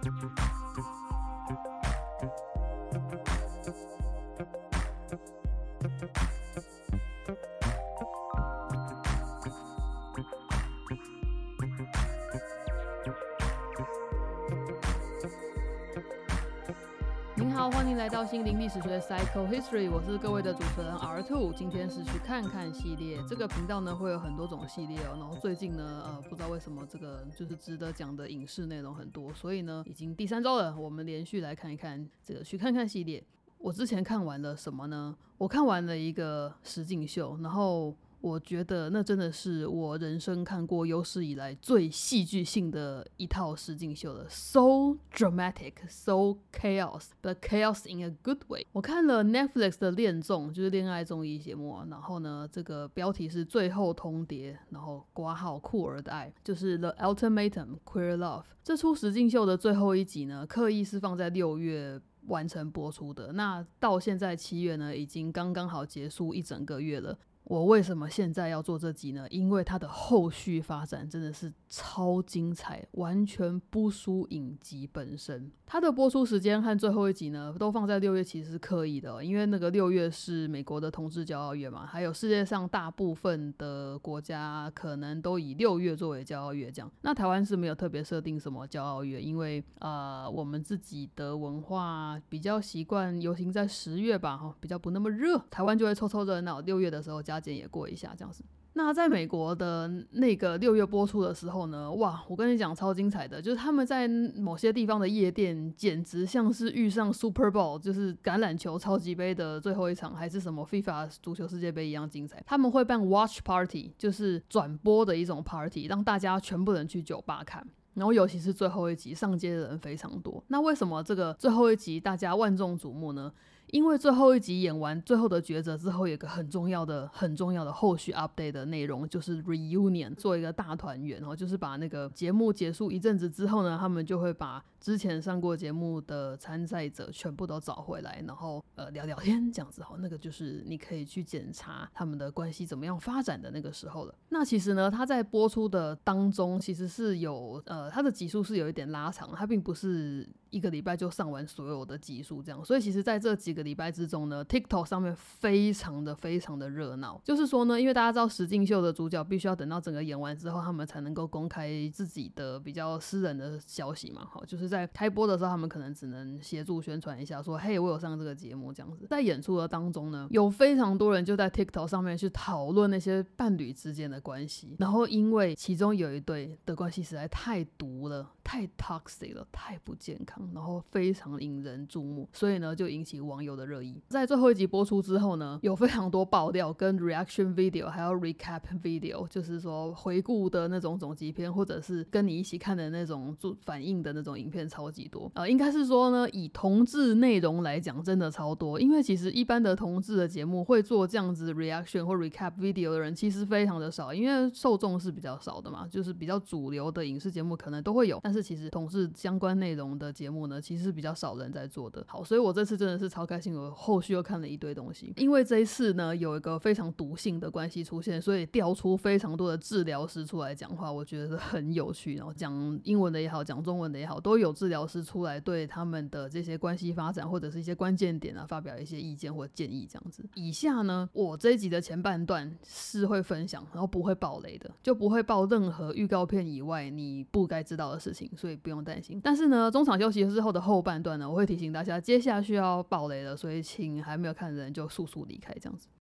您好，欢迎来到心灵历史学 Psycho History， 我是各位的主持人 R2， 今天是去看看系列。这个频道呢会有很多种系列哦，然后最近呢不知道为什么这个就是值得讲的影视内容很多，所以呢已经第3周了，我们连续来看一看这个去看看系列。我之前看完了什么呢？我看完了一个实境秀，然后我觉得那真的是我人生看过有史以来最戏剧性的一套实境秀了， So dramatic, so chaos, but chaos in a good way。 我看了 Netflix 的恋综，就是恋爱综艺节目，然后呢这个标题是最后通牒，然后括号酷儿的爱，就是 The Ultimatum Queer Love。 这出实境秀的最后一集呢刻意是放在6月完成播出的，那到现在7月呢已经刚刚好结束一整个月了。我为什么现在要做这集呢？因为它的后续发展真的是超精彩，完全不输影集本身。它的播出时间和最后一集呢都放在6月，其实是刻意的因为那个6月是美国的同志骄傲月嘛，还有世界上大部分的国家可能都以6月作为骄傲月这样。那台湾是没有特别设定什么骄傲月，因为我们自己的文化比较习惯游行在10月吧，比较不那么热，台湾就会凑凑热闹，6月的时候加减也过一下这样子。那在美国的那个6月播出的时候呢，哇，我跟你讲超精彩的，就是他们在某些地方的夜店简直像是遇上 Super Bowl， 就是橄榄球超级杯的最后一场，还是什么 FIFA 足球世界杯一样精彩。他们会办 Watch Party， 就是转播的一种 Party， 让大家全部人去酒吧看，然后尤其是最后一集上街的人非常多。那为什么这个最后一集大家万众瞩目呢？因为最后一集演完最后的抉择之后，有一个很重要的后续 update 的内容，就是 reunion， 做一个大团圆，然后就是把那个节目结束一阵子之后呢，他们就会把之前上过节目的参赛者全部都找回来，然后聊聊天这样子。那个就是你可以去检查他们的关系怎么样发展的那个时候了。那其实呢，他在播出的当中其实是有他的集数是有一点拉长，他并不是一个礼拜就上完所有的集数这样，所以其实在这几个礼拜之中呢 TikTok 上面非常的热闹。就是说呢，因为大家知道实境秀的主角必须要等到整个演完之后，他们才能够公开自己的比较私人的消息嘛，就是在开播的时候他们可能只能协助宣传一下说嘿我有上这个节目这样子。在演出的当中呢，有非常多人就在 TikTok 上面去讨论那些伴侣之间的关系，然后因为其中有一对的关系实在太毒了，太 toxic 了，太不健康，然后非常引人注目，所以呢就引起网友的热议。在最后一集播出之后呢，有非常多爆料跟 reaction video 还有 recap video， 就是说回顾的那种总集篇，或者是跟你一起看的那种反应的那种影片超级多。应该是说呢，以同志内容来讲真的超多，因为其实一般的同志的节目会做这样子 reaction 或 recap video 的人其实非常的少，因为受众是比较少的嘛，就是比较主流的影视节目可能都会有，但是其实同志相关内容的节目呢其实是比较少人在做的。好，所以我这次真的是超开心，我后续又看了一堆东西。因为这一次呢有一个非常毒性的关系出现，所以调出非常多的治疗师出来讲话，我觉得很有趣。然后讲英文的也好，讲中文的也好，都有治疗师出来对他们的这些关系发展或者是一些关键点发表一些意见或建议这样子。以下呢我这一集的前半段是会分享，然后不会爆雷的，就不会爆任何预告片以外你不该知道的事情，所以不用担心。但是呢中场休息之后的后半段呢，我会提醒大家接下来需要爆雷了，所以请还没有看的人就速速离开这样子。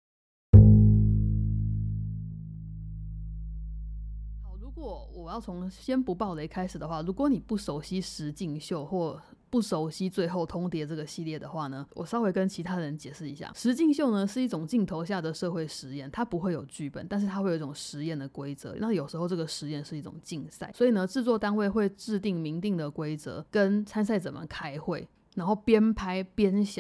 好，如果我要从先不爆雷开始的话，如果你不熟悉实境秀或不熟悉最后通牒这个系列的话呢，我稍微跟其他人解释一下。实境秀呢是一种镜头下的社会实验，它不会有剧本，但是它会有一种实验的规则。那有时候这个实验是一种竞赛，所以呢制作单位会制定明定的规则，跟参赛者们开会，然后边拍边想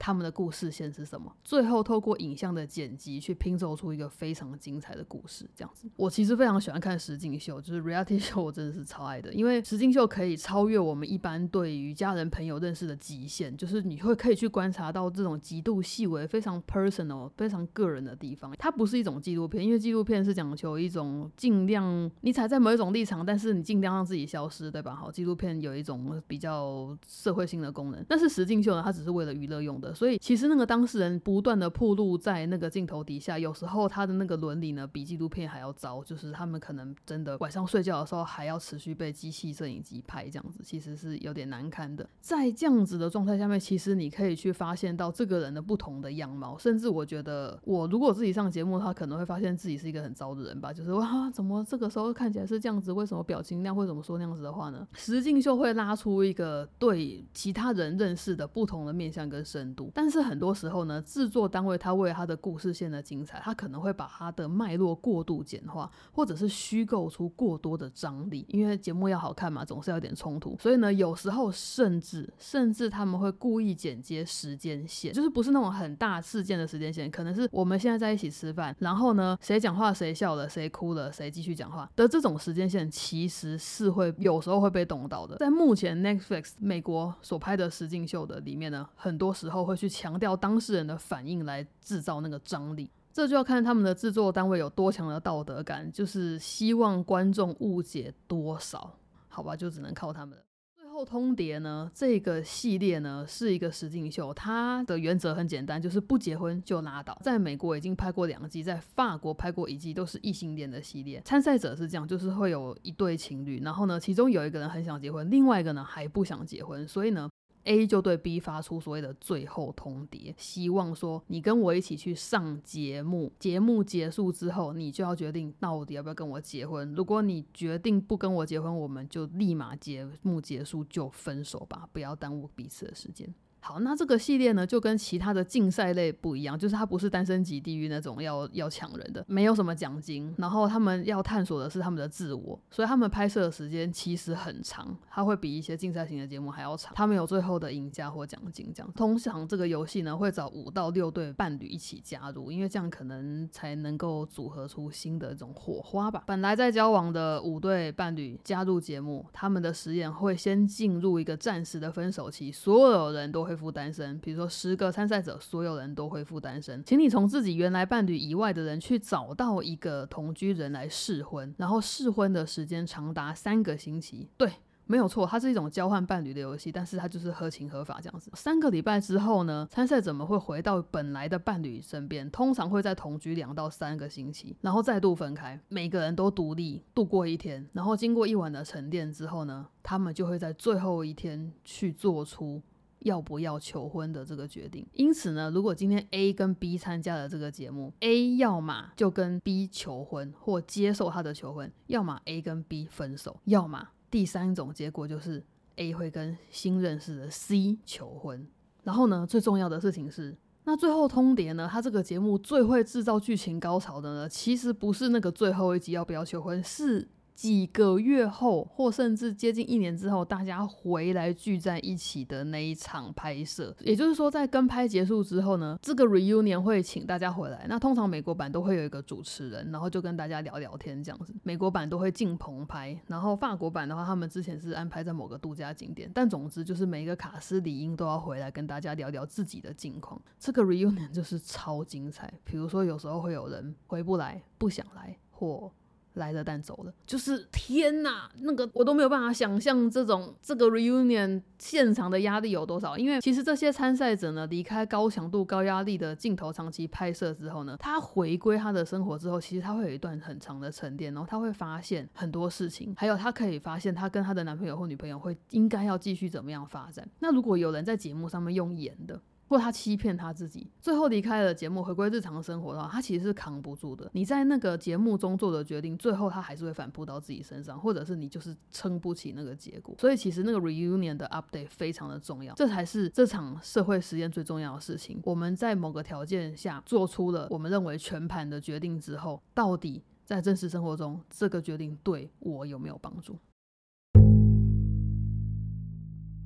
他们的故事线是什么，最后透过影像的剪辑去拼凑出一个非常精彩的故事。这样子，我其实非常喜欢看实境秀，就是 reality show 我真的是超爱的，因为实境秀可以超越我们一般对于家人朋友认识的极限，就是你可以去观察到这种极度细微非常 personal 非常个人的地方。它不是一种纪录片，因为纪录片是讲求一种尽量你踩在某一种立场，但是你尽量让自己消失，对吧？好，纪录片有一种比较社会性的功能，但是实境秀呢，它只是为了娱乐用的，所以其实那个当事人不断的暴露在那个镜头底下，有时候他的那个伦理呢比纪录片还要糟，就是他们可能真的晚上睡觉的时候还要持续被机器摄影机拍，这样子其实是有点难看的。在这样子的状态下面，其实你可以去发现到这个人的不同的样貌，甚至我觉得我如果自己上节目，他可能会发现自己是一个很糟的人吧，就是哇怎么这个时候看起来是这样子，为什么表情那样，为什么说那样子的话呢？实境秀会拉出一个对其他人认识的不同的面向跟深度，但是很多时候呢，制作单位他为了他的故事线的精彩，他可能会把他的脉络过度简化，或者是虚构出过多的张力，因为节目要好看嘛，总是要有点冲突，所以呢有时候甚至他们会故意剪接时间线，就是不是那种很大事件的时间线，可能是我们现在在一起吃饭，然后呢谁讲话谁笑了谁哭了谁继续讲话的这种时间线，其实是会有时候会被动到的。在目前 Netflix 美国所拍的实境秀的里面呢，很多时候会去强调当事人的反应来制造那个张力，这就要看他们的制作单位有多强的道德感，就是希望观众误解多少，好吧，就只能靠他们了。最后通牒呢，这个系列呢是一个实境秀，它的原则很简单，就是不结婚就拉倒。在美国已经拍过2季，在法国拍过1季，都是异性恋的系列。参赛者是这样，就是会有一对情侣，然后呢其中有一个人很想结婚，另外一个呢还不想结婚，所以呢A 就对 B 发出所谓的最后通牒，希望说你跟我一起去上节目，节目结束之后你就要决定到底要不要跟我结婚，如果你决定不跟我结婚，我们就立马节目结束就分手吧，不要耽误彼此的时间。好，那这个系列呢就跟其他的竞赛类不一样，就是它不是单身级地狱那种要抢人的，没有什么奖金，然后他们要探索的是他们的自我，所以他们拍摄的时间其实很长，它会比一些竞赛型的节目还要长，他们有最后的赢家或奖金这样。通常这个游戏呢会找5到6对伴侣一起加入，因为这样可能才能够组合出新的这种火花吧。本来在交往的5对伴侣加入节目，他们的实验会先进入一个暂时的分手期，所有人都会恢复单身，比如说10个参赛者所有人都恢复单身，请你从自己原来伴侣以外的人去找到一个同居人来试婚，然后试婚的时间长达3个星期。对，没有错，它是一种交换伴侣的游戏，但是它就是合情合法这样子。3个礼拜之后呢，参赛者们会回到本来的伴侣身边，通常会再同居2到3个星期，然后再度分开，每个人都独立度过一天，然后经过1晚的沉淀之后呢，他们就会在最后一天去做出要不要求婚的这个决定。因此呢，如果今天 A 跟 B 参加了这个节目， A 要么就跟 B 求婚或接受他的求婚，要么 A 跟 B 分手，要么第3种结果就是 A 会跟新认识的 C 求婚。然后呢，最重要的事情是，那最后通牒呢，他这个节目最会制造剧情高潮的呢，其实不是那个最后一集要不要求婚，是几个月后或甚至接近1年之后，大家回来聚在一起的那一场拍摄。也就是说在跟拍结束之后呢，这个 reunion 会请大家回来，那通常美国版都会有一个主持人，然后就跟大家聊聊天这样子。美国版都会进棚拍，然后法国版的话他们之前是安排在某个度假景点，但总之就是每一个卡司理应都要回来跟大家聊聊自己的近况。这个 reunion 就是超精彩，比如说有时候会有人回不来，不想来，或来了但走了，就是天哪，那个我都没有办法想象这个 reunion 现场的压力有多少。因为其实这些参赛者呢，离开高强度高压力的镜头长期拍摄之后呢，他回归他的生活之后，其实他会有一段很长的沉淀，然后他会发现很多事情，还有他可以发现他跟他的男朋友或女朋友会应该要继续怎么样发展。那如果有人在节目上面用演的，或他欺骗他自己，最后离开了节目回归日常生活的话，他其实是扛不住的。你在那个节目中做的决定，最后他还是会反扑到自己身上，或者是你就是撑不起那个结果。所以其实那个 reunion 的 update 非常的重要，这才是这场社会实验最重要的事情。我们在某个条件下做出了我们认为全盘的决定之后，到底在真实生活中这个决定对我有没有帮助？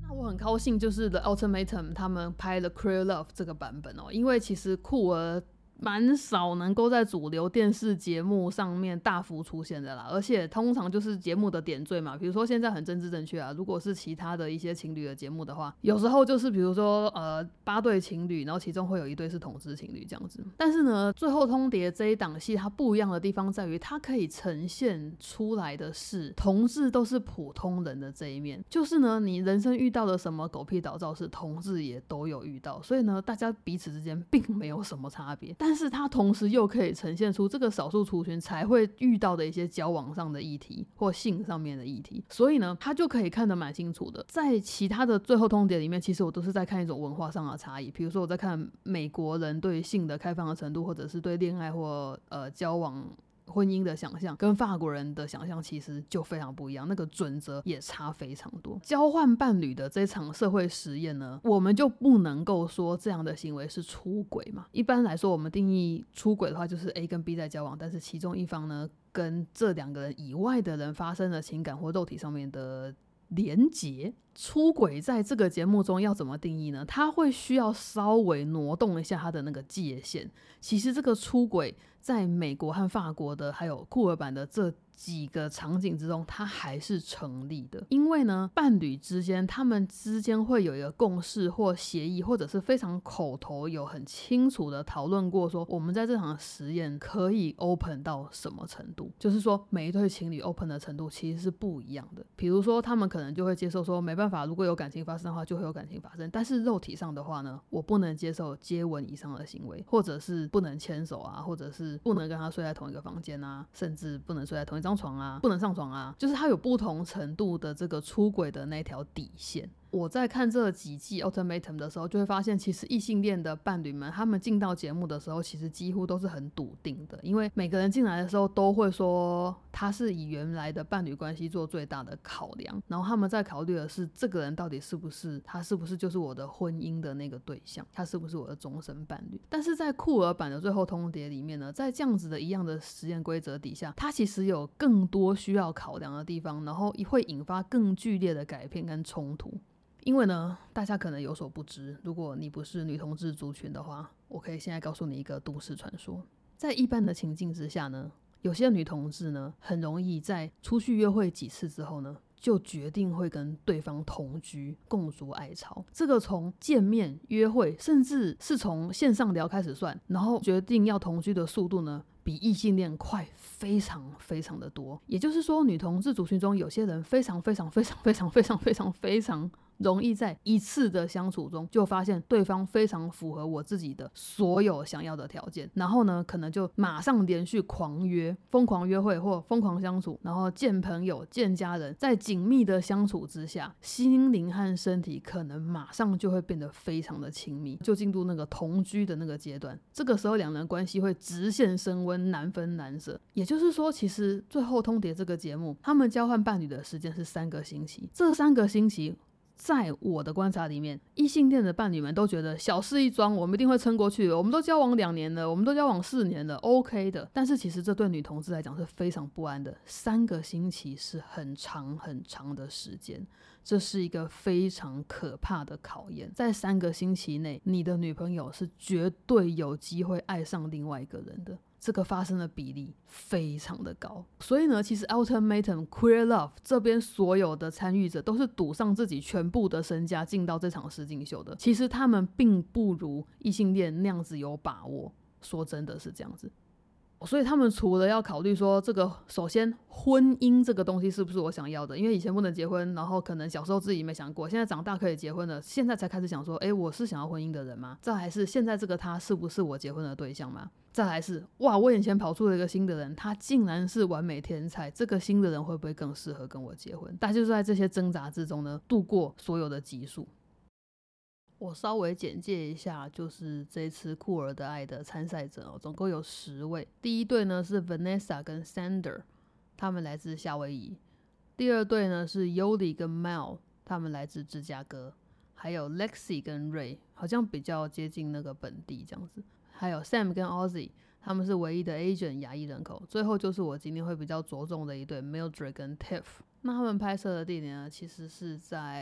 那我很高兴就是 The Ultimatum 他们拍了 Queer Love 这个版本因为其实酷儿蛮少能够在主流电视节目上面大幅出现的啦，而且通常就是节目的点缀嘛，比如说现在很政治正确啊，如果是其他的一些情侣的节目的话，有时候就是比如说8对情侣，然后其中会有1对是同志情侣这样子。但是呢，最后通牒这一档戏它不一样的地方在于，它可以呈现出来的是同志都是普通人的这一面，就是呢你人生遇到的什么狗屁倒灶事，同志也都有遇到，所以呢大家彼此之间并没有什么差别，但是它同时又可以呈现出这个少数族群才会遇到的一些交往上的议题或性上面的议题，所以呢它就可以看得蛮清楚的。在其他的最后通牒里面，其实我都是在看一种文化上的差异，比如说我在看美国人对性的开放的程度，或者是对恋爱或交往婚姻的想象跟法国人的想象其实就非常不一样，那个准则也差非常多。交换伴侣的这场社会实验呢，我们就不能够说这样的行为是出轨嘛。一般来说我们定义出轨的话，就是 A 跟 B 在交往，但是其中一方呢跟这2个人以外的人发生了情感或肉体上面的连结。出轨在这个节目中要怎么定义呢？他会需要稍微挪动一下他的那个界限。其实这个出轨在美国和法国的还有酷儿版的这几个场景之中，它还是成立的。因为呢伴侣之间他们之间会有一个共识或协议，或者是非常口头有很清楚的讨论过说我们在这场实验可以 open 到什么程度，就是说每一对情侣 open 的程度其实是不一样的。比如说他们可能就会接受说没办法，如果有感情发生的话就会有感情发生，但是肉体上的话呢，我不能接受接吻以上的行为，或者是不能牵手啊，或者是不能跟他睡在同一个房间啊，甚至不能睡在同一张床啊，不能上床啊，就是他有不同程度的这个出轨的那条底线。我在看这几季 Ultimatum 的时候就会发现，其实异性恋的伴侣们他们进到节目的时候其实几乎都是很笃定的，因为每个人进来的时候都会说他是以原来的伴侣关系做最大的考量，然后他们在考虑的是这个人到底是不是就是我的婚姻的那个对象，他是不是我的终身伴侣。但是在酷儿版的最后通牒里面呢，在这样子的一样的实验规则底下，它其实有更多需要考量的地方，然后会引发更剧烈的改变跟冲突。因为呢大家可能有所不知，如果你不是女同志族群的话，我可以现在告诉你一个都市传说。在一般的情境之下呢，有些女同志呢很容易在出去约会几次之后呢就决定会跟对方同居，共筑爱巢。这个从见面约会甚至是从线上聊开始算，然后决定要同居的速度呢比异性恋快非常非常的多。也就是说女同志族群中有些人非常非常非常非常非常非常非常容易在一次的相处中就发现对方非常符合我自己的所有想要的条件，然后呢可能就马上连续狂约，疯狂约会或疯狂相处，然后见朋友见家人，在紧密的相处之下，心灵和身体可能马上就会变得非常的亲密，就进入那个同居的那个阶段。这个时候两人关系会直线升温，难分难舍。也就是说其实最后通牒这个节目他们交换伴侣的时间是3个星期，这3个星期在我的观察里面，异性恋的伴侣们都觉得小事一桩，我们一定会撑过去的，我们都交往2年了，我们都交往4年了 OK 的。但是其实这对女同志来讲是非常不安的，3个星期是很长很长的时间，这是一个非常可怕的考验。在3个星期内，你的女朋友是绝对有机会爱上另外一个人的，这个发生的比例非常的高。所以呢其实 Ultimatum Queer Love 这边所有的参与者都是赌上自己全部的身家进到这场实境秀的，其实他们并不如异性恋那样子有把握，说真的是这样子。所以他们除了要考虑说这个首先婚姻这个东西是不是我想要的，因为以前不能结婚，然后可能小时候自己没想过，现在长大可以结婚了，现在才开始想说我是想要婚姻的人吗？再来是现在这个他是不是我结婚的对象吗？再来是哇我眼前跑出了一个新的人，他竟然是完美天才，这个新的人会不会更适合跟我结婚？大家就是在这些挣扎之中呢度过所有的集数。我稍微简介一下，就是这一次酷儿的爱的参赛者总共有10位。第一队呢是 Vanessa 跟 Sander， 他们来自夏威夷。第二队呢是 Yoli 跟 Mel， 他们来自芝加哥。还有 Lexi 跟 Ray， 好像比较接近那个本地这样子。还有 Sam 跟 Ozzy， 他们是唯一的 Asian 亚裔人口。最后就是我今天会比较着重的一对 Mildred 跟 Tiff。那他们拍摄的地点呢其实是在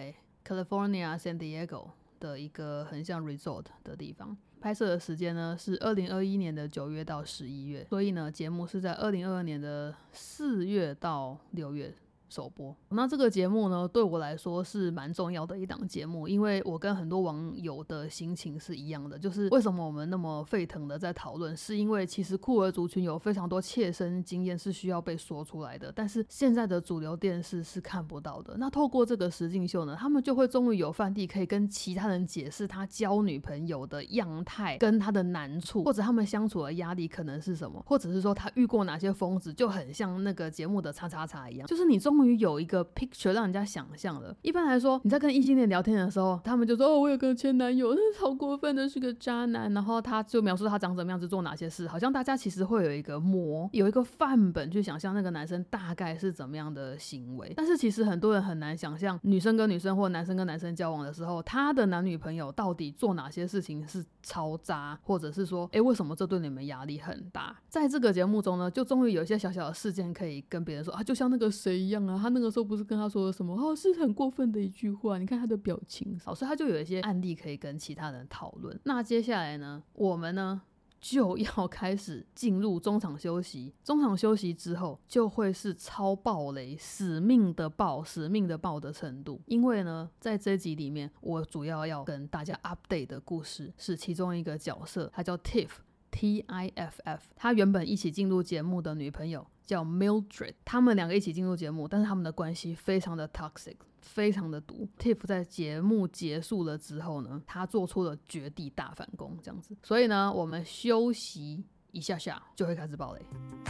California San Diego 的一个很像 resort 的地方。拍摄的时间呢是2021年的9月到11月，所以呢节目是在2022年的4月到6月首播。那这个节目呢对我来说是蛮重要的一档节目，因为我跟很多网友的心情是一样的，就是为什么我们那么沸腾的在讨论，是因为其实酷儿族群有非常多切身经验是需要被说出来的，但是现在的主流电视是看不到的。那透过这个实境秀呢，他们就会终于有范例可以跟其他人解释他交女朋友的样态跟他的难处，或者他们相处的压力可能是什么，或者是说他遇过哪些疯子，就很像那个节目的叉叉叉一样，就是你终于有一个 picture 让人家想象了。一般来说你在跟异性恋聊天的时候，他们就说我有个前男友好过分的，是个渣男，然后他就描述他长什么样子，做哪些事，好像大家其实会有一个有一个范本去想象那个男生大概是怎么样的行为。但是其实很多人很难想象女生跟女生或男生跟男生交往的时候，他的男女朋友到底做哪些事情是超渣，或者是说为什么这对你们压力很大。在这个节目中呢，就终于有一些小小的事件可以跟别人说就像那个谁一样他那个时候不是跟他说了什么是很过分的一句话，你看他的表情，所以他就有一些案例可以跟其他人讨论。那接下来呢，我们呢就要开始进入中场休息。中场休息之后就会是超爆雷，死命的爆的程度。因为呢在这集里面，我主要要跟大家 update 的故事是其中一个角色，他叫 Tiff，T-I-F-F， 他原本一起进入节目的女朋友叫 Mildred， 他们两个一起进入节目，但是他们的关系非常的 toxic， 非常的毒。 Tiff 在节目结束了之后呢，他做出了绝地大反攻这样子。所以呢我们休息一下下就会开始爆雷。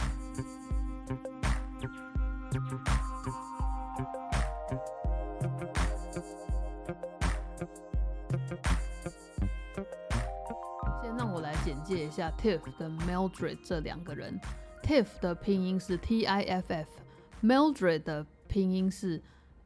先让我来简介一下 Tiff 跟 Mildred 这两个人。Tiff 的拼音是 T-I-F-F， Mildred 的拼音是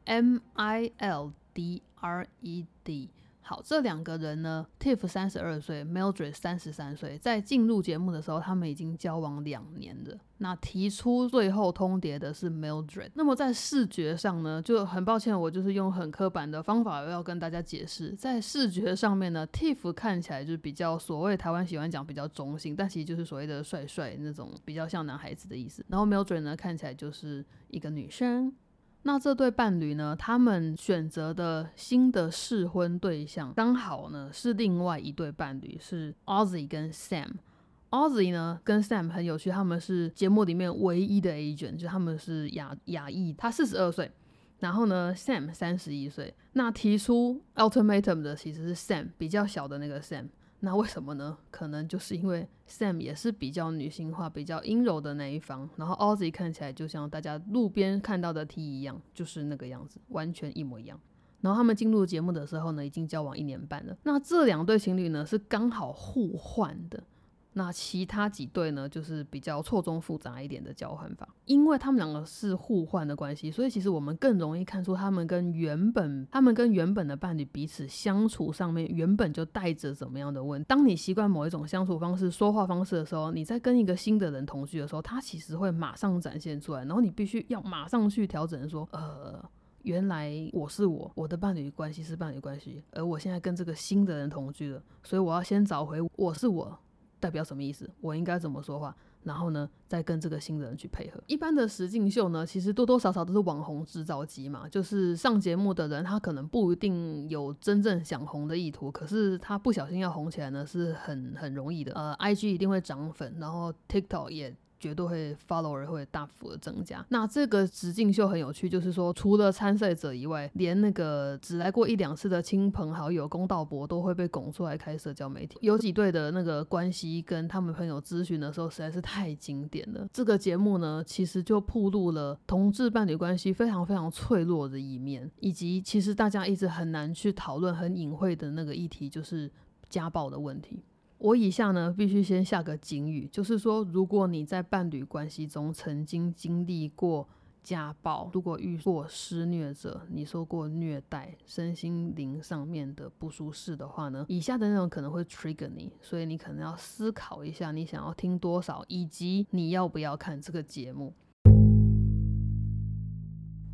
M-I-L-D-R-E-D。 好，这两个人呢 Tiff 32岁 Mildred 33岁，在进入节目的时候他们已经交往2年了。那提出最后通牒的是 Mildred。 那么在视觉上呢，就很抱歉，我就是用很刻板的方法要跟大家解释。在视觉上面呢， Tiff 看起来就是比较所谓台湾喜欢讲比较中性，但其实就是所谓的帅帅那种比较像男孩子的意思。然后 Mildred 呢看起来就是一个女生。那这对伴侣呢，他们选择的新的适婚对象刚好呢是另外一对伴侣，是 Ozzy 跟 Sam。Ozzy 呢跟 Sam 很有趣，他们是节目里面唯一的 agent， 就他们是亚裔。他42岁，然后呢 Sam 31岁。那提出 ultimatum 的其实是 Sam， 比较小的那个 Sam。那为什么呢？可能就是因为 Sam 也是比较女性化比较阴柔的那一方，然后 Ozzy 看起来就像大家路边看到的 T 一样，就是那个样子，完全一模一样。然后他们进入节目的时候呢，已经交往1年半了。那这两对情侣呢是刚好互换的，那其他几对呢就是比较错综复杂一点的交换法。因为他们两个是互换的关系，所以其实我们更容易看出他们跟原本的伴侣彼此相处上面原本就带着怎么样的问题。当你习惯某一种相处方式说话方式的时候，你在跟一个新的人同居的时候，他其实会马上展现出来，然后你必须要马上去调整说原来我的伴侣关系是伴侣关系，而我现在跟这个新的人同居了，所以我要先找回我是我代表什么意思，我应该怎么说话，然后呢再跟这个新的人去配合。一般的实境秀呢其实多多少少都是网红制造机嘛，就是上节目的人他可能不一定有真正想红的意图，可是他不小心要红起来呢是很容易的。IG 一定会涨粉，然后 TikTok 也绝对会 follower 会大幅的增加。那这个实境秀很有趣，就是说除了参赛者以外，连那个只来过1-2次的亲朋好友公道伯都会被拱出来开社交媒体。有几对的那个关系跟他们朋友咨询的时候实在是太经典了。这个节目呢其实就暴露了同志伴侣关系非常非常脆弱的一面，以及其实大家一直很难去讨论很隐晦的那个议题，就是家暴的问题。我以下呢必须先下个警语，就是说如果你在伴侣关系中曾经经历过家暴，如果遇过施虐者，你受过虐待，身心灵上面的不舒适的话呢，以下的内容可能会 trigger 你，所以你可能要思考一下你想要听多少，以及你要不要看这个节目。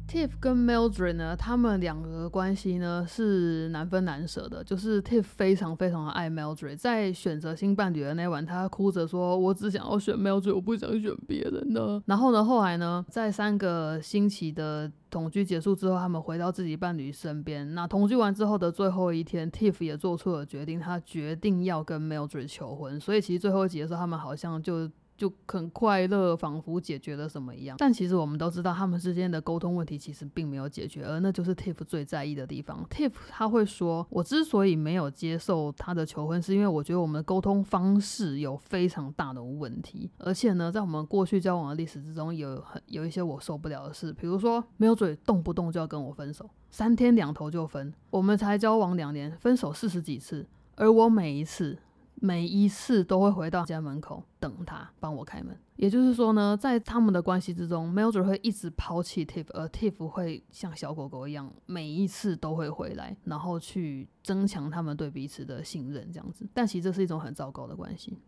Tiff 跟 Mildred 呢，他们两个的关系呢是难分难舍的，就是 Tiff 非常非常的爱 Mildred， 在选择新伴侣的那晚，他哭着说我只想要选 Mildred， 我不想选别人的。然后呢，后来呢，在3个星期的同居结束之后，他们回到自己伴侣身边。那同居完之后的最后一天， Tiff 也做出了决定，他决定要跟 Mildred 求婚。所以其实最后一集的时候，他们好像就很快乐，仿佛解决了什么一样。但其实我们都知道，他们之间的沟通问题其实并没有解决，而那就是 Tiff 最在意的地方。Tiff 他会说，我之所以没有接受他的求婚，是因为我觉得我们的沟通方式有非常大的问题，而且呢，在我们过去交往的历史之中，有一些我受不了的事，比如说Mildred动不动就要跟我分手，3天2头就分，我们才交往2年，分手40几次，而我每一次都会回到家门口等他帮我开门。也就是说呢，在他们的关系之中， Mildred 会一直抛弃 Tiff， 而 Tiff 会像小狗狗一样每一次都会回来，然后去增强他们对彼此的信任这样子。但其实这是一种很糟糕的关系。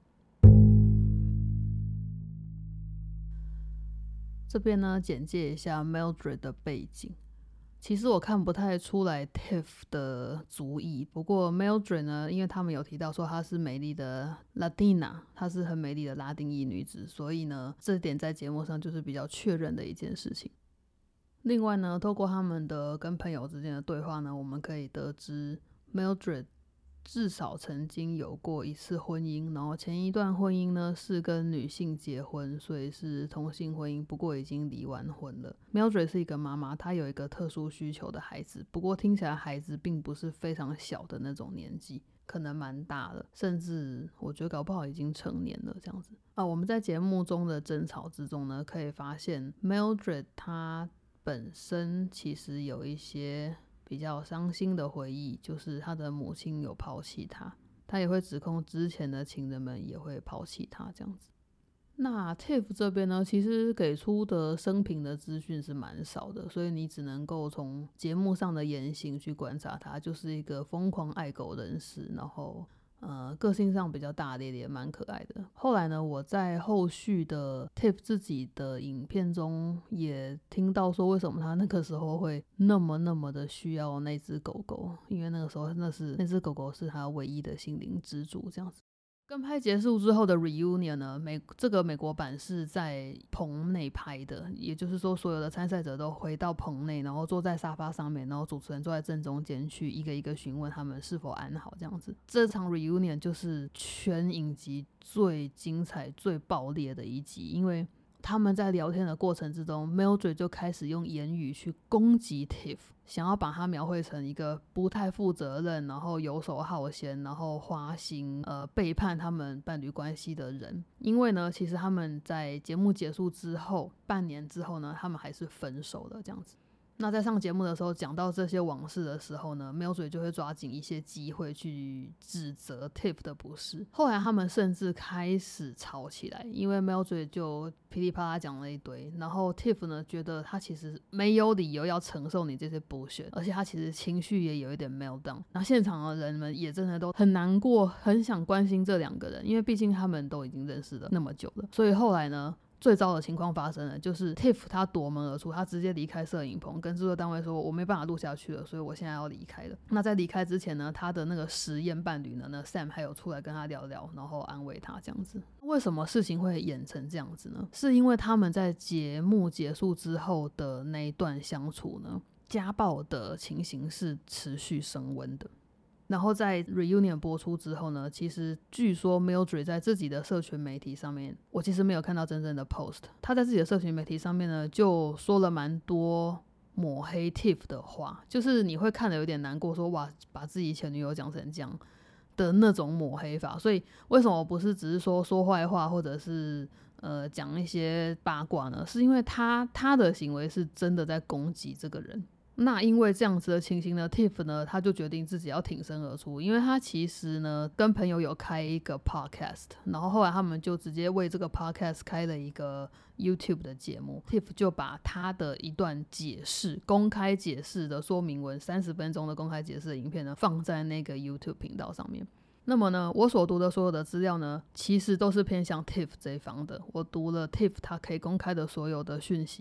这边呢，简介一下 Mildred 的背景。其实我看不太出来 Tiff 的族裔，不过 Mildred 呢，因为他们有提到说她是美丽的 Latina， 她是很美丽的拉丁裔女子，所以呢，这点在节目上就是比较确认的一件事情。另外呢，透过他们的跟朋友之间的对话呢，我们可以得知 Mildred 至少曾经有过1次婚姻，然后前一段婚姻呢是跟女性结婚，所以是同性婚姻，不过已经离完婚了。 Mildred 是一个妈妈，她有一个特殊需求的孩子，不过听起来孩子并不是非常小的那种年纪，可能蛮大了，甚至我觉得搞不好已经成年了这样子我们在节目中的争吵之中呢，可以发现 Mildred 她本身其实有一些比较伤心的回忆，就是他的母亲有抛弃他，他也会指控之前的情人们也会抛弃他这样子。那 Tiff 这边呢，其实给出的生平的资讯是蛮少的，所以你只能够从节目上的言行去观察他，就是一个疯狂爱狗人士，然后个性上比较大咧咧，蛮可爱的。后来呢，我在后续的 Tiff 自己的影片中也听到说，为什么他那个时候会那么的需要那只狗狗，因为那个时候那只狗狗是他唯一的心灵支柱这样子。跟拍结束之后的 reunion 呢，这个美国版是在棚内拍的，也就是说所有的参赛者都回到棚内，然后坐在沙发上面，然后主持人坐在正中间去一个一个询问他们是否安好这样子。这场 reunion 就是全影集最精彩最爆裂的一集，因为他们在聊天的过程之中， Mildred 就开始用言语去攻击 Tiff， 想要把他描绘成一个不太负责任，然后游手好闲，然后花心背叛他们伴侣关系的人。因为呢，其实他们在节目结束之后半年之后呢，他们还是分手了这样子。那在上节目的时候讲到这些往事的时候呢， Mildred 就会抓紧一些机会去指责 Tiff 的不是。后来他们甚至开始吵起来，因为 Mildred 就噼里啪啦讲了一堆，然后 Tiff 呢觉得他其实没有理由要承受你这些 bullshit， 而且他其实情绪也有一点 meltdown。然后现场的人们也真的都很难过，很想关心这2个人，因为毕竟他们都已经认识了那么久了。所以后来呢，最糟的情况发生了，就是 Tiff 他夺门而出，他直接离开摄影棚，跟制作单位说我没办法录下去了，所以我现在要离开了。那在离开之前呢，他的那个实验伴侣呢，那 Sam 还有出来跟他聊聊，然后安慰他这样子。为什么事情会演成这样子呢？是因为他们在节目结束之后的那一段相处呢，家暴的情形是持续升温的。然后在 reunion 播出之后呢，其实据说 Mildred 在自己的社群媒体上面，我其实没有看到真正的 post， 他在自己的社群媒体上面呢，就说了蛮多抹黑 Tiff 的话，就是你会看得有点难过，说哇，把自己前女友讲成这样的那种抹黑法。所以为什么不是只是说坏话，或者是讲一些八卦呢？是因为他的行为是真的在攻击这个人。那因为这样子的情形呢， Tiff 呢他就决定自己要挺身而出，因为他其实呢跟朋友有开一个 podcast， 然后后来他们就直接为这个 podcast 开了一个 YouTube 的节目。 Tiff 就把他的一段解释，公开解释的说明文，30分钟的公开解释的影片呢，放在那个 YouTube 频道上面。那么呢，我所读的所有的资料呢，其实都是偏向 Tiff 这一方的。我读了 Tiff 他可以公开的所有的讯息，还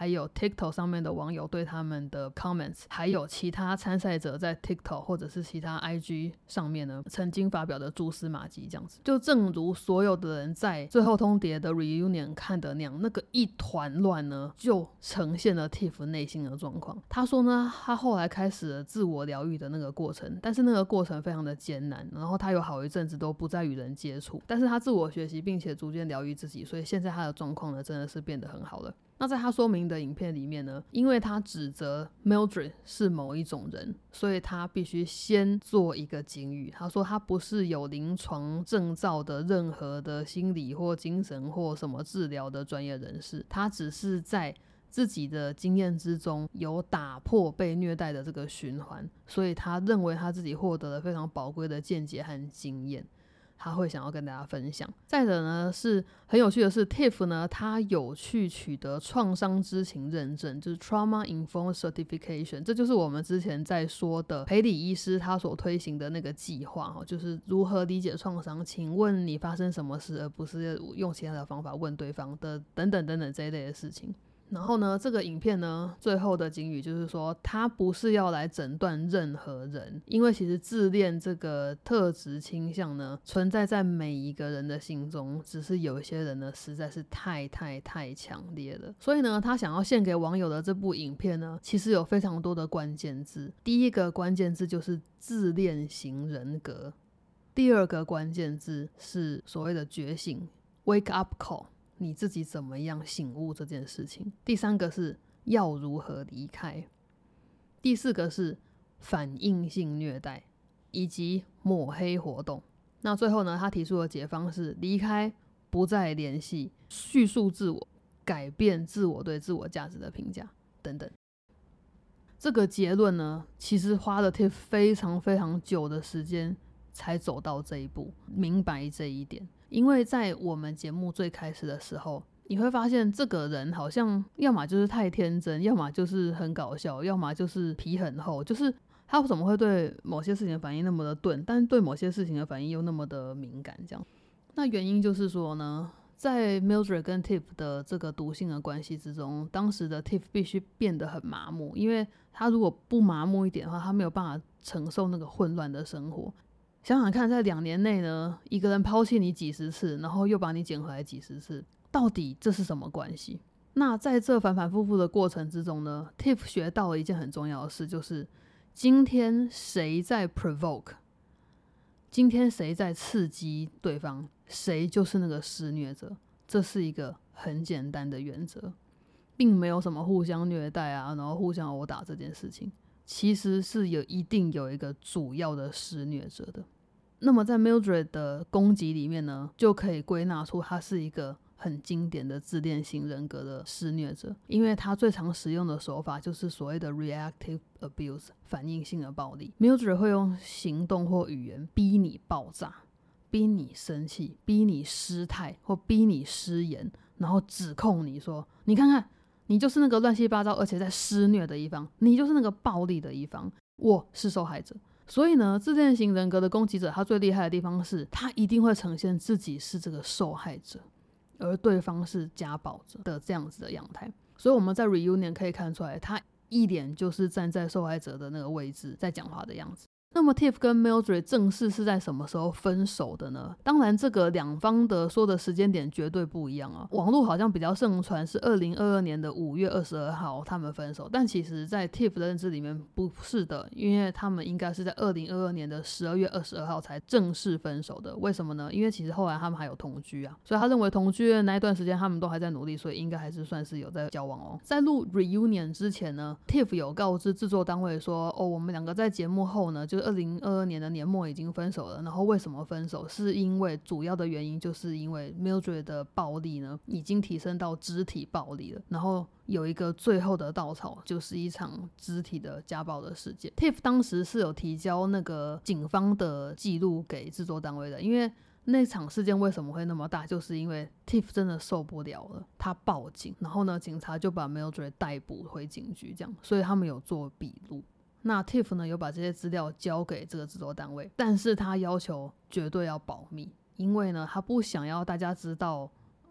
还有 TikTok 上面的网友对他们的 comments， 还有其他参赛者在 TikTok 或者是其他 IG 上面呢曾经发表的蛛丝马迹，这样子。就正如所有的人在最后通牒的 reunion 看的那样，那个一团乱呢就呈现了 Tiff 内心的状况。他说呢，他后来开始了自我疗愈的那个过程，但是那个过程非常的艰难，然后他有好一阵子都不再与人接触，但是他自我学习并且逐渐疗愈自己，所以现在他的状况呢真的是变得很好了。那在他说明的影片里面呢，因为他指责 Mildred 是某一种人，所以他必须先做一个警语。他说他不是有临床证照的任何的心理或精神或什么治疗的专业人士，他只是在自己的经验之中有打破被虐待的这个循环，所以他认为他自己获得了非常宝贵的见解和经验，他会想要跟大家分享。再者呢，是很有趣的是 Tiff 呢，他有去取得创伤知情认证，就是 Trauma Informed Certification， 这就是我们之前在说的培理医师他所推行的那个计划，就是如何理解创伤，请问你发生什么事，而不是用其他的方法问对方的等等等等这一类的事情。然后呢，这个影片呢最后的警语就是说，他不是要来诊断任何人，因为其实自恋这个特质倾向呢存在在每一个人的心中，只是有一些人呢实在是太强烈了。所以呢，他想要献给网友的这部影片呢，其实有非常多的关键字。第一个关键字就是自恋型人格，第二个关键字是所谓的觉醒 Wake up call，你自己怎么样醒悟这件事情。第三个是要如何离开，第四个是反应性虐待以及抹黑活动。那最后呢，他提出的解方是离开，不再联系，叙述自我，改变自我对自我价值的评价等等。这个结论呢，其实花了 Tiff 非常久的时间才走到这一步，明白这一点。因为在我们节目最开始的时候，你会发现这个人好像要么就是太天真，要么就是很搞笑，要么就是皮很厚，就是他为什么会对某些事情的反应那么的钝，但对某些事情的反应又那么的敏感这样。那原因就是说呢，在 Mildred 跟 Tiff 的这个毒性的关系之中，当时的 Tiff 必须变得很麻木，因为他如果不麻木一点的话，他没有办法承受那个混乱的生活。想想看，在2年内呢，一个人抛弃你几十次，然后又把你捡回来几十次，到底这是什么关系？那在这反反复复的过程之中呢， Tiff 学到了一件很重要的事，就是今天谁在 provoke， 今天谁在刺激对方，谁就是那个施虐者。这是一个很简单的原则，并没有什么互相虐待啊，然后互相殴打这件事情，其实是一定有一个主要的施虐者的。那么在 Mildred 的攻击里面呢，就可以归纳出他是一个很经典的自恋型人格的施虐者，因为他最常使用的手法就是所谓的 reactive abuse， 反应性的暴力。Mildred 会用行动或语言逼你爆炸，逼你生气，逼你失态，或逼你失言，然后指控你说，你看看你就是那个乱七八糟而且在施虐的一方，你就是那个暴力的一方，我是受害者。所以呢，自恋型人格的攻击者他最厉害的地方是，他一定会呈现自己是这个受害者，而对方是家暴者的这样子的样态。所以我们在 reunion 可以看出来，他一脸就是站在受害者的那个位置在讲话的样子。那么 Tiff 跟 Mildred 正式是在什么时候分手的呢？当然这个两方的说的时间点绝对不一样啊。网络好像比较盛传是2022年的5月22号他们分手，但其实在 Tiff 的认知里面不是的，因为他们应该是在2022年的12月22号才正式分手的。为什么呢？因为其实后来他们还有同居啊，所以他认为同居的那一段时间他们都还在努力，所以应该还是算是有在交往哦。在录 reunion 之前呢， Tiff 有告知制作单位说，我们两个在节目后呢，就是2022年的年末已经分手了。然后为什么分手？是因为主要的原因就是因为 Mildred 的暴力呢已经提升到肢体暴力了，然后有一个最后的稻草，就是一场肢体的家暴的事件。 Tiff 当时是有提交那个警方的记录给制作单位的，因为那场事件为什么会那么大，就是因为 Tiff 真的受不了了，他报警，然后呢警察就把 Mildred 逮捕回警局这样，所以他们有做笔录。那 Tiff 呢有把这些资料交给这个制作单位，但是他要求绝对要保密，因为呢他不想要大家知道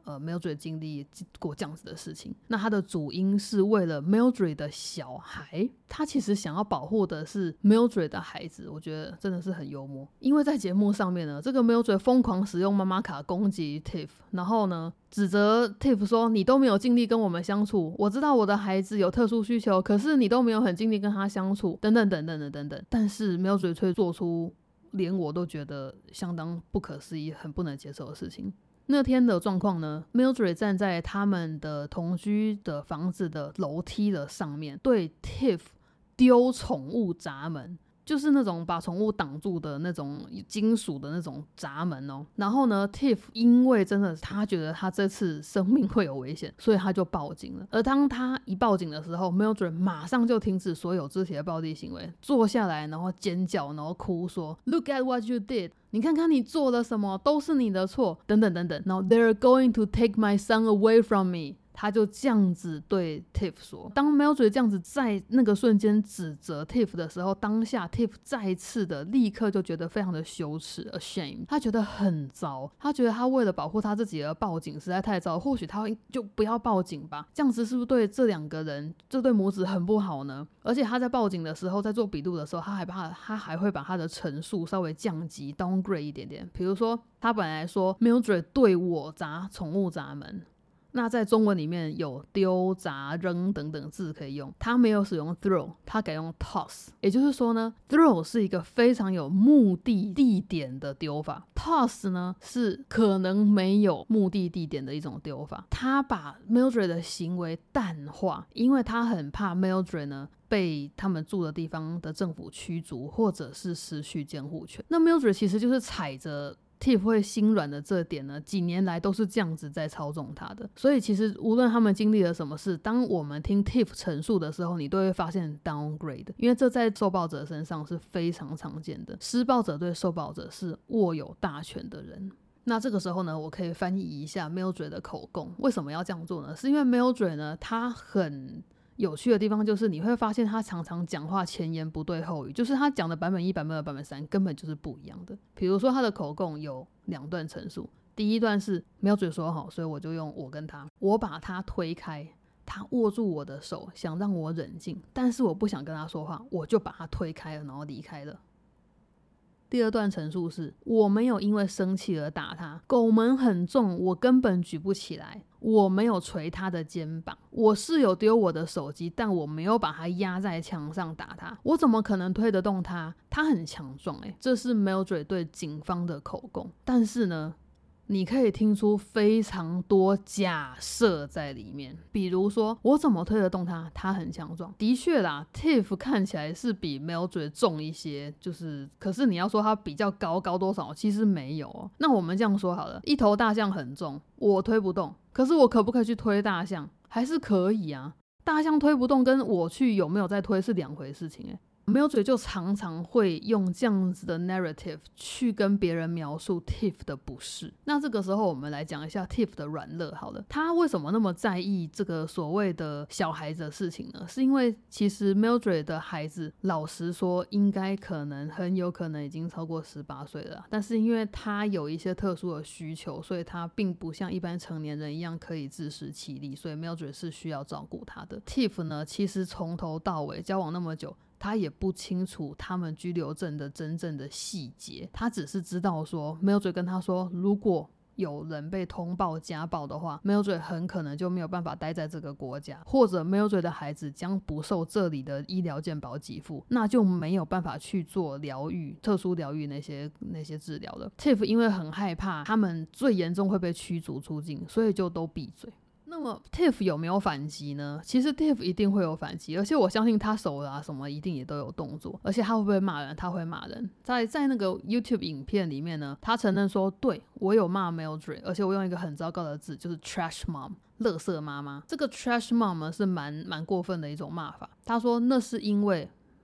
Mildred 经历过这样子的事情。那他的主因是为了 Mildred 的小孩，他其实想要保护的是 Mildred 的孩子，我觉得真的是很幽默。因为在节目上面呢，这个 Mildred 疯狂使用妈妈卡攻击 Tiff， 然后呢指责 Tiff 说你都没有尽力跟我们相处，我知道我的孩子有特殊需求，可是你都没有很尽力跟他相处，等等等等的等等。但是 Mildred 却做出连我都觉得相当不可思议、很不能接受的事情。那天的状况呢 Mildred 站在他们的同居的房子的楼梯的上面，对 Tiff 丢宠物闸门，就是那种把宠物挡住的那种金属的那种闸门哦。然后呢 Tiff 因为真的他觉得他这次生命会有危险，所以他就报警了。而当他一报警的时候 Mildred 马上就停止所有肢体的暴力行为，坐下来然后尖叫，然后哭说 Look at what you did， 你看看你做了什么，都是你的错，等等等等。然后 They're going to take my son away from me，他就这样子对 Tiff 说。当 Mildred 这样子在那个瞬间指责 Tiff 的时候，当下 Tiff 再一次的立刻就觉得非常的羞耻 ashamed， 他觉得很糟，他觉得他为了保护他自己而报警实在太糟，或许他就不要报警吧，这样子是不是对这两个人这对母子很不好呢？而且他在报警的时候，在做笔录的时候，他还会把他的陈述稍微降级 downgrade 一点点。比如说他本来说 Mildred 对我砸宠物闸门，那在中文里面有丢、砸、扔等等字可以用，他没有使用 throw， 他改用 toss。 也就是说呢 throw 是一个非常有目的地点的丢法， toss 呢是可能没有目的地点的一种丢法。他把 Mildred 的行为淡化，因为他很怕 Mildred 呢被他们住的地方的政府驱逐，或者是失去监护权。那 Mildred 其实就是踩着Tiff 会心软的这点呢，几年来都是这样子在操纵他的。所以其实无论他们经历了什么事，当我们听 Tiff 陈述的时候，你都会发现 downgrade， 因为这在受暴者身上是非常常见的。施暴者对受暴者是握有大权的人。那这个时候呢，我可以翻译一下 Mildred 的口供。为什么要这样做呢？是因为 Mildred 呢，他很有趣的地方就是你会发现他常常讲话前言不对后语，就是他讲的版本1、版本2、版本3根本就是不一样的。比如说他的口供有2段陈述，第一段是Mildred说好，所以我就用我跟他，我把他推开，他握住我的手想让我冷静，但是我不想跟他说话，我就把他推开了，然后离开了。第二段陈述是我没有因为生气而打他，狗门很重，我根本举不起来，我没有捶他的肩膀，我是有丢我的手机，但我没有把他压在墙上打他，我怎么可能推得动他，他很强壮这是 Mildred 对警方的口供。但是呢你可以听出非常多假设在里面，比如说我怎么推得动他，他很强壮。的确啦 Tiff 看起来是比 Mildred 重一些，可是你要说他比较高多少，其实没有那我们这样说好了，一头大象很重，我推不动，可是我可不可以去推大象？还是可以啊。大象推不动跟我去有没有在推是两回事情Mildred 就常常会用这样子的 narrative 去跟别人描述 Tiff 的不是。那这个时候我们来讲一下 Tiff 的软肋好了。他为什么那么在意这个所谓的小孩子的事情呢？是因为其实 Mildred 的孩子老实说应该很有可能已经超过18岁了，但是因为他有一些特殊的需求，所以他并不像一般成年人一样可以自食其力，所以 Mildred 是需要照顾他的。 Tiff 呢其实从头到尾交往那么久，他也不清楚他们居留证的真正的细节，他只是知道说 Mildred 跟他说如果有人被通报家暴的话， Mildred 很可能就没有办法待在这个国家，或者 Mildred 的孩子将不受这里的医疗健保给付，那就没有办法去做疗愈、特殊疗愈那些治疗了。 Tiff 因为很害怕他们最严重会被驱逐出境，所以就都闭嘴。那么 Tiff 有没有反击呢？其实 Tiff 一定会有反击，而且我相信他手什么一定也都有动作，而且他会不会骂人？他会骂人。在那个 YouTube 影片里面呢，他承认说对，我有骂 Mildred， 而且我用一个很糟糕的字，就是 trash mom， 垃圾妈妈。这个 trash mom 呢是蛮过分的一种骂法。他说那是因为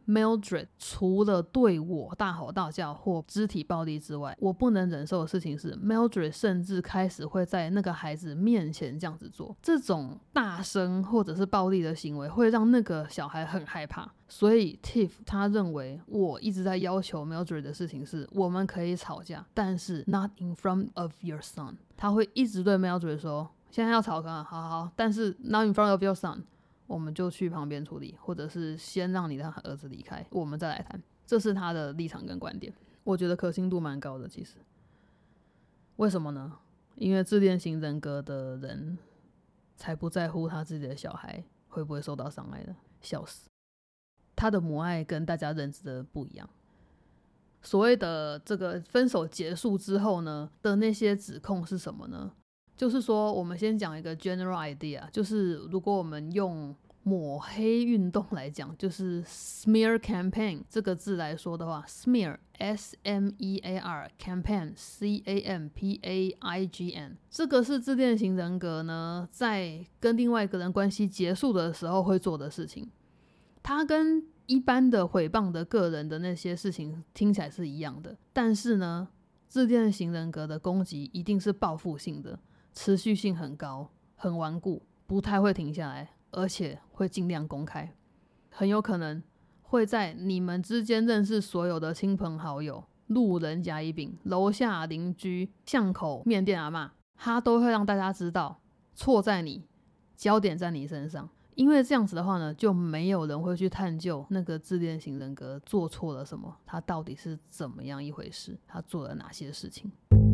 Mildred 除了对我大吼大叫或肢体暴力之外，我不能忍受的事情是 Mildred 甚至开始会在那个孩子面前这样子做。这种大声或者是暴力的行为会让那个小孩很害怕，所以 Tiff 他认为我一直在要求 Mildred 的事情是我们可以吵架，但是 not in front of your son。 他会一直对 Mildred 说现在要吵好好，但是 not in front of your son，我们就去旁边处理，或者是先让你的儿子离开，我们再来谈。这是他的立场跟观点，我觉得可信度蛮高的。其实为什么呢？因为自恋型人格的人才不在乎他自己的小孩会不会受到伤害的，笑死。他的母爱跟大家认知的不一样。所谓的这个分手结束之后呢的那些指控是什么呢？就是说我们先讲一个 general idea， 就是如果我们用抹黑运动来讲，就是 smear campaign 这个字来说的话， smear S-M-E-A-R campaign C-A-M-P-A-I-G-N， 这个是自恋型人格呢在跟另外一个人关系结束的时候会做的事情。它跟一般的诽谤的个人的那些事情听起来是一样的，但是呢自恋型人格的攻击一定是报复性的，持续性很高，很顽固，不太会停下来，而且会尽量公开，很有可能会在你们之间认识所有的亲朋好友、路人甲乙丙、楼下邻居、巷口面店阿嬷，他都会让大家知道错在你，焦点在你身上。因为这样子的话呢，就没有人会去探究那个自恋型人格做错了什么，他到底是怎么样一回事，他做了哪些事情。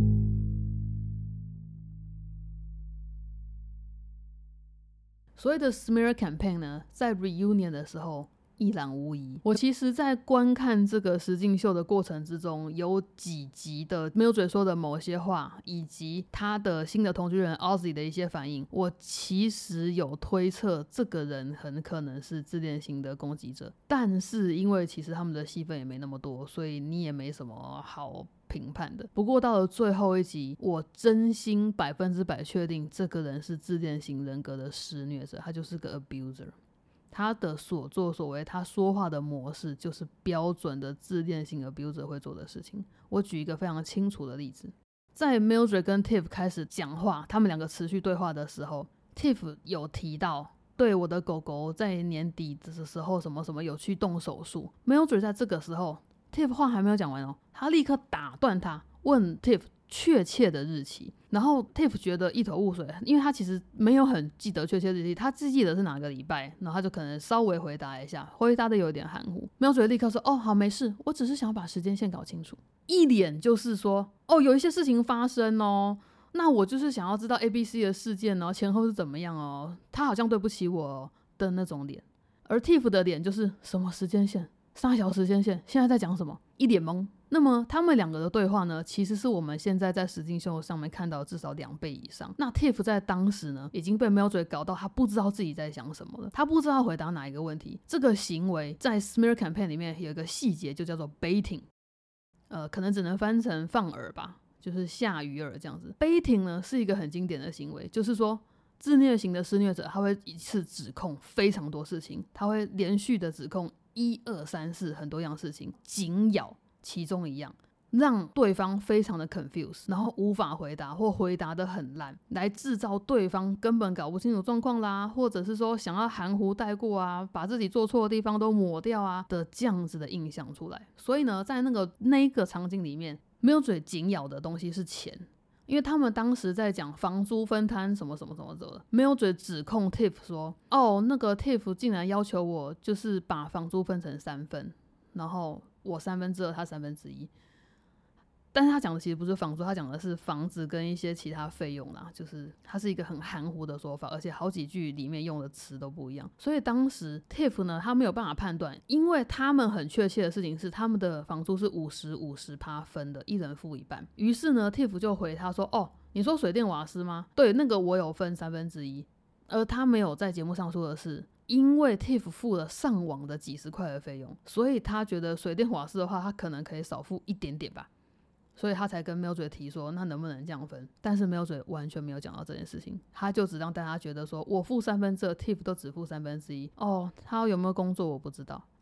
所谓的 smear campaign 呢，在 reunion 的时候一览无遗。我其实在观看这个实境秀的过程之中，有几集的Mildred说的某些话，以及他的新的同居人 Ozzy 的一些反应，我其实有推测这个人很可能是自恋型的攻击者，但是因为其实他们的戏份也没那么多，所以你也没什么好评判的。不过到了最后一集，我真心100%确定这个人是自恋型人格的施虐者，他就是个 abuser。他的所作所为，他说话的模式就是标准的自恋型 abuser 会做的事情。我举一个非常清楚的例子，在 Mildred 跟 Tiff 开始讲话，他们两个持续对话的时候， Tiff 有提到对我的狗狗在年底的时候什么什么有去动手术。 Mildred 在这个时候 Tiff 话还没有讲完哦，他立刻打断他，问 Tiff 确切的日期。然后 Tiff 觉得一头雾水，因为他其实没有很记得确切日期，他只记得是哪个礼拜，然后他就可能稍微回答一下，回答的有点含糊。Mildred立刻说哦好没事，我只是想要把时间线搞清楚，一脸就是说哦有一些事情发生哦，那我就是想要知道 ABC 的事件哦前后是怎么样哦，他好像对不起我哦的那种脸。而 Tiff 的脸就是什么时间线，啥小时间线，现在在讲什么，一脸懵。那么他们两个的对话呢，其实是我们现在在实境秀上面看到至少2倍以上。那 Tiff 在当时呢，已经被 Mildred 搞到他不知道自己在想什么了，他不知道回答哪一个问题。这个行为在 Smear Campaign 里面有一个细节，就叫做 baiting，可能只能翻成放饵吧，就是下鱼饵这样子。baiting 呢是一个很经典的行为，就是说自虐型的施虐者他会一次指控非常多事情，他会连续的指控1、2、3、4很多样事情，紧咬其中一样，让对方非常的 confused， 然后无法回答或回答得很烂，来制造对方根本搞不清楚状况啦，或者是说想要含糊带过啊，把自己做错的地方都抹掉啊的这样子的印象出来。所以呢，在那个场景里面，Mildred紧咬的东西是钱，因为他们当时在讲房租分摊什么什么什么的。Mildred 指控 Tiff 说哦那个 Tiff 竟然要求我就是把房租分成3份，然后我2/3，他1/3。但是他讲的其实不是房租，他讲的是房子跟一些其他费用啦，就是他是一个很含糊的说法，而且好几句里面用的词都不一样。所以当时 Tiff 呢，他没有办法判断，因为他们很确切的事情是他们的房租是50%分的，一人付1半。于是呢 Tiff 就回他说哦你说水电瓦斯吗？对，那个我有分1/3。而他没有在节目上说的是，因为 Tiff 付了上网的几十块的费用，所以他觉得水电瓦斯的话他可能可以少付一点点吧，所以他才跟 Mildred 提说那能不能这样分。但是 Mildred 完全没有讲到这件事情，他就只让大家觉得说我付2/3， Tiff 都只付1/3。哦他有没有工作我不知道，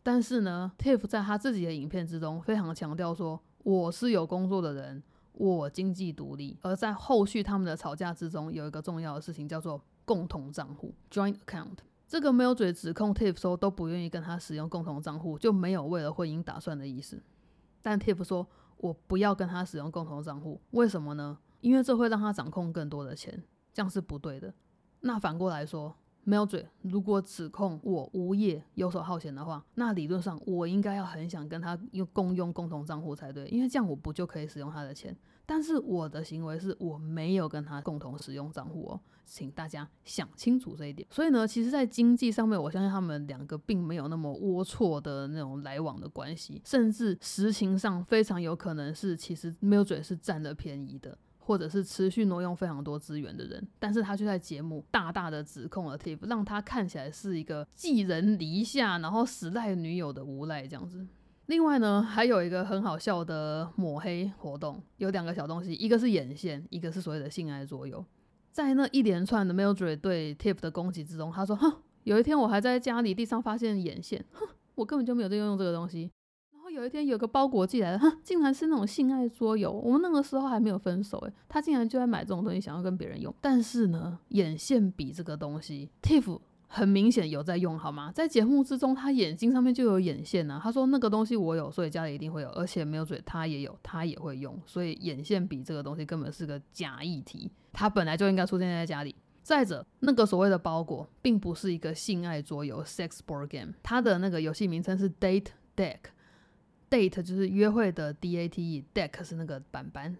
但是呢 Tiff 在他自己的影片之中非常强调说，我是有工作的人，我经济独立。而在后续他们的吵架之中，有一个重要的事情叫做共同账户 joint account。 这个没有嘴指控 Tiff 说都不愿意跟他使用共同账户，就没有为了婚姻打算的意思。但 Tiff 说我不要跟他使用共同账户，为什么呢？因为这会让他掌控更多的钱，这样是不对的。那反过来说，Mildred 如果指控我无业游手好闲的话，那理论上我应该要很想跟他共用共同账户才对，因为这样我不就可以使用他的钱。但是我的行为是我没有跟他共同使用账户哦，请大家想清楚这一点。所以呢，其实在经济上面，我相信他们两个并没有那么龌龊的那种来往的关系，甚至实情上非常有可能是其实 Mildred 是占了便宜的，或者是持续挪用非常多资源的人，但是他却在节目大大的指控了 Tiff， 让他看起来是一个寄人篱下然后死赖女友的无赖这样子。另外呢，还有一个很好笑的抹黑活动，有两个小东西，一个是眼线，一个是所谓的性爱桌游。在那一连串的 Mildred 对 Tiff 的攻击之中，他说哼，有一天我还在家里地上发现眼线，哼，我根本就没有在用这个东西。然后有一天有个包裹寄来了，哼，竟然是那种性爱桌游，我们那个时候还没有分手耶，他竟然就在买这种东西想要跟别人用。但是呢，眼线笔这个东西 Tiff 很明显有在用好吗？在节目之中他眼睛上面就有眼线啊，他说那个东西我有，所以家里一定会有，而且没有嘴他也有，他也会用，所以眼线笔这个东西根本是个假议题，他本来就应该出现在家里。再者，那个所谓的包裹并不是一个性爱桌游 sex board game， 它的那个游戏名称是 Date Deck， Date 就是约会的 DATE， Deck 是那个板板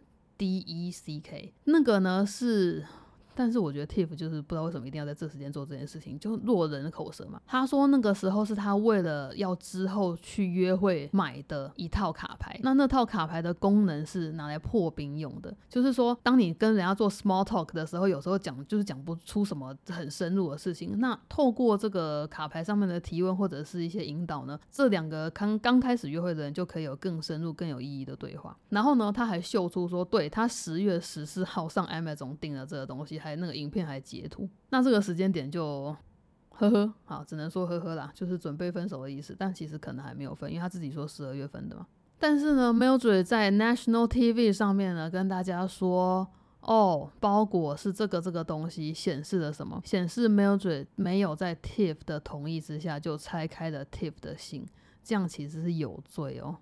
DECK， 那个呢是，但是我觉得 Tiff 就是不知道为什么一定要在这时间做这件事情，就落人口舌嘛。他说那个时候是他为了要之后去约会买的一套卡牌，那套卡牌的功能是拿来破冰用的，就是说当你跟人家做 small talk 的时候，有时候就是讲不出什么很深入的事情，那透过这个卡牌上面的提问或者是一些引导呢，这两个刚开始约会的人就可以有更深入更有意义的对话。然后呢，他还秀出说对，他10月14号上 Amazon 订了这个东西，还那个影片还截图。那这个时间点就呵呵，好，只能说呵呵啦，就是准备分手的意思，但其实可能还没有分，因为他自己说12月份的嘛。但是呢 Mildred 在 National TV 上面呢跟大家说，哦，包裹是这个东西，显示了什么？显示 Mildred 没有在 Tiff 的同意之下就拆开了 Tiff 的信，这样其实是有罪哦。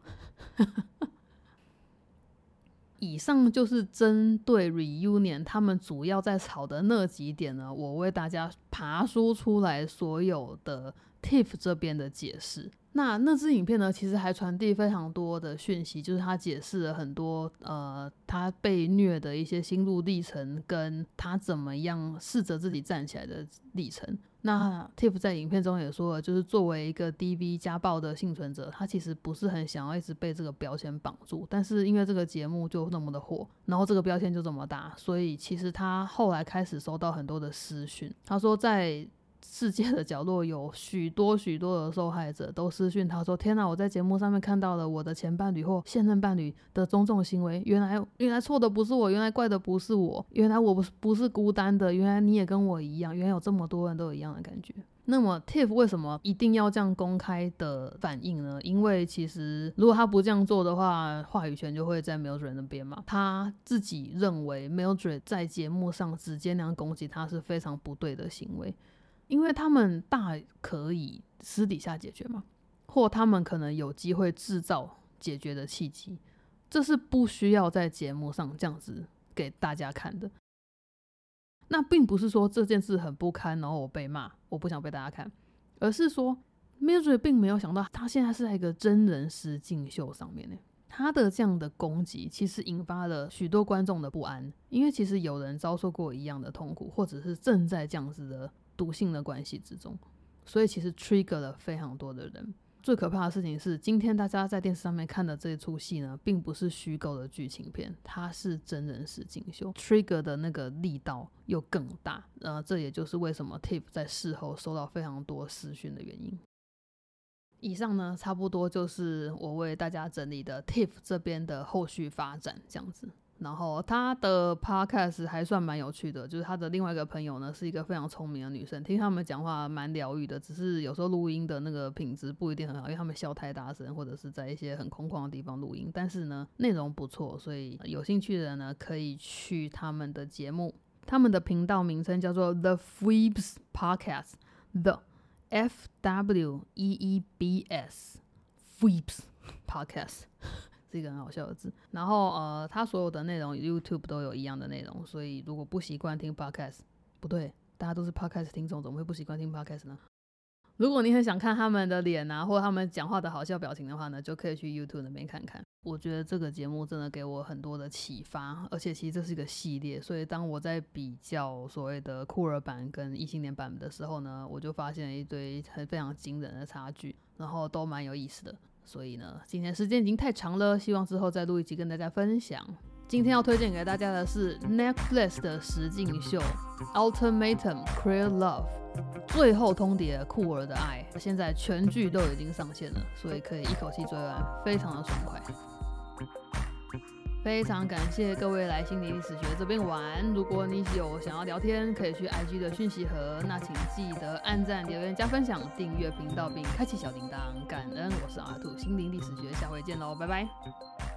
以上就是针对 Reunion 他们主要在吵的那几点呢，我为大家爬梳出来所有的 Tiff 这边的解释。那支影片呢，其实还传递非常多的讯息，就是他解释了很多他被虐的一些心路历程，跟他怎么样试着自己站起来的历程。那 Tiff 在影片中也说了，就是作为一个 DV 家暴的幸存者，他其实不是很想要一直被这个标签绑住，但是因为这个节目就那么的火，然后这个标签就这么大，所以其实他后来开始收到很多的私讯。他说在世界的角落有许多的受害者都私讯他说，天哪，我在节目上面看到了我的前伴侣或现任伴侣的种种行为，原来错的不是我，原来怪的不是我，原来我不是孤单的，原来你也跟我一样，原来有这么多人都有一样的感觉。那么 Tiff 为什么一定要这样公开的反应呢？因为其实如果他不这样做的话，话语权就会在 Mildred 那边嘛。他自己认为 Mildred 在节目上直接那样攻击他是非常不对的行为，因为他们大可以私底下解决嘛，或他们可能有机会制造解决的契机，这是不需要在节目上这样子给大家看的。那并不是说这件事很不堪，然后我被骂，我不想被大家看，而是说 Mildred 并没有想到他现在是在一个真人实境秀上面，他的这样的攻击其实引发了许多观众的不安，因为其实有人遭受过一样的痛苦，或者是正在这样子的毒性的关系之中，所以其实 trigger 了非常多的人。最可怕的事情是，今天大家在电视上面看的这出戏呢，并不是虚构的剧情片，它是真人实境秀， trigger 的那个力道又更大。这也就是为什么 Tiff 在事后收到非常多私讯的原因。以上呢，差不多就是我为大家整理的 Tiff 这边的后续发展这样子。 然后他的 podcast 还算蛮有趣的，就是他的另外一个朋友呢是一个非常聪明的女生，听他们讲话蛮疗愈的，只是有时候录音的那个品质不一定很好，因为他们笑太大声，或者是在一些很空旷的地方录音，但是呢内容不错，所以有兴趣的人呢可以去他们的节目。他们的频道名称叫做 The Fweebs Podcast， The FWEEBS Fweebs Podcast 是一个很好笑的字。然后他所有的内容 YouTube 都有一样的内容，所以如果不习惯听 Podcast， 不对，大家都是 Podcast 听众，怎么会不习惯听 Podcast 呢？如果你很想看他们的脸啊，或者他们讲话的好笑表情的话呢，就可以去 YouTube 那边看看。我觉得这个节目真的给我很多的启发，而且其实这是一个系列，所以当我在比较所谓的酷儿版跟异性恋版的时候呢，我就发现了一堆非常惊人的差距，然后都蛮有意思的。所以呢，今天时间已经太长了，希望之后再录一集跟大家分享。今天要推荐给大家的是 Netflix 的实境秀 Ultimatum Queer Love 最后通牒酷儿的爱，现在全剧都已经上线了，所以可以一口气追完，非常的爽快。非常感谢各位来心理历史学这边玩，如果你有想要聊天，可以去 IG 的讯息盒，那请记得按赞、留言、加分享、订阅频道并开启小铃铛，感恩。我是阿兔，心灵历史学，下回见喽，拜拜。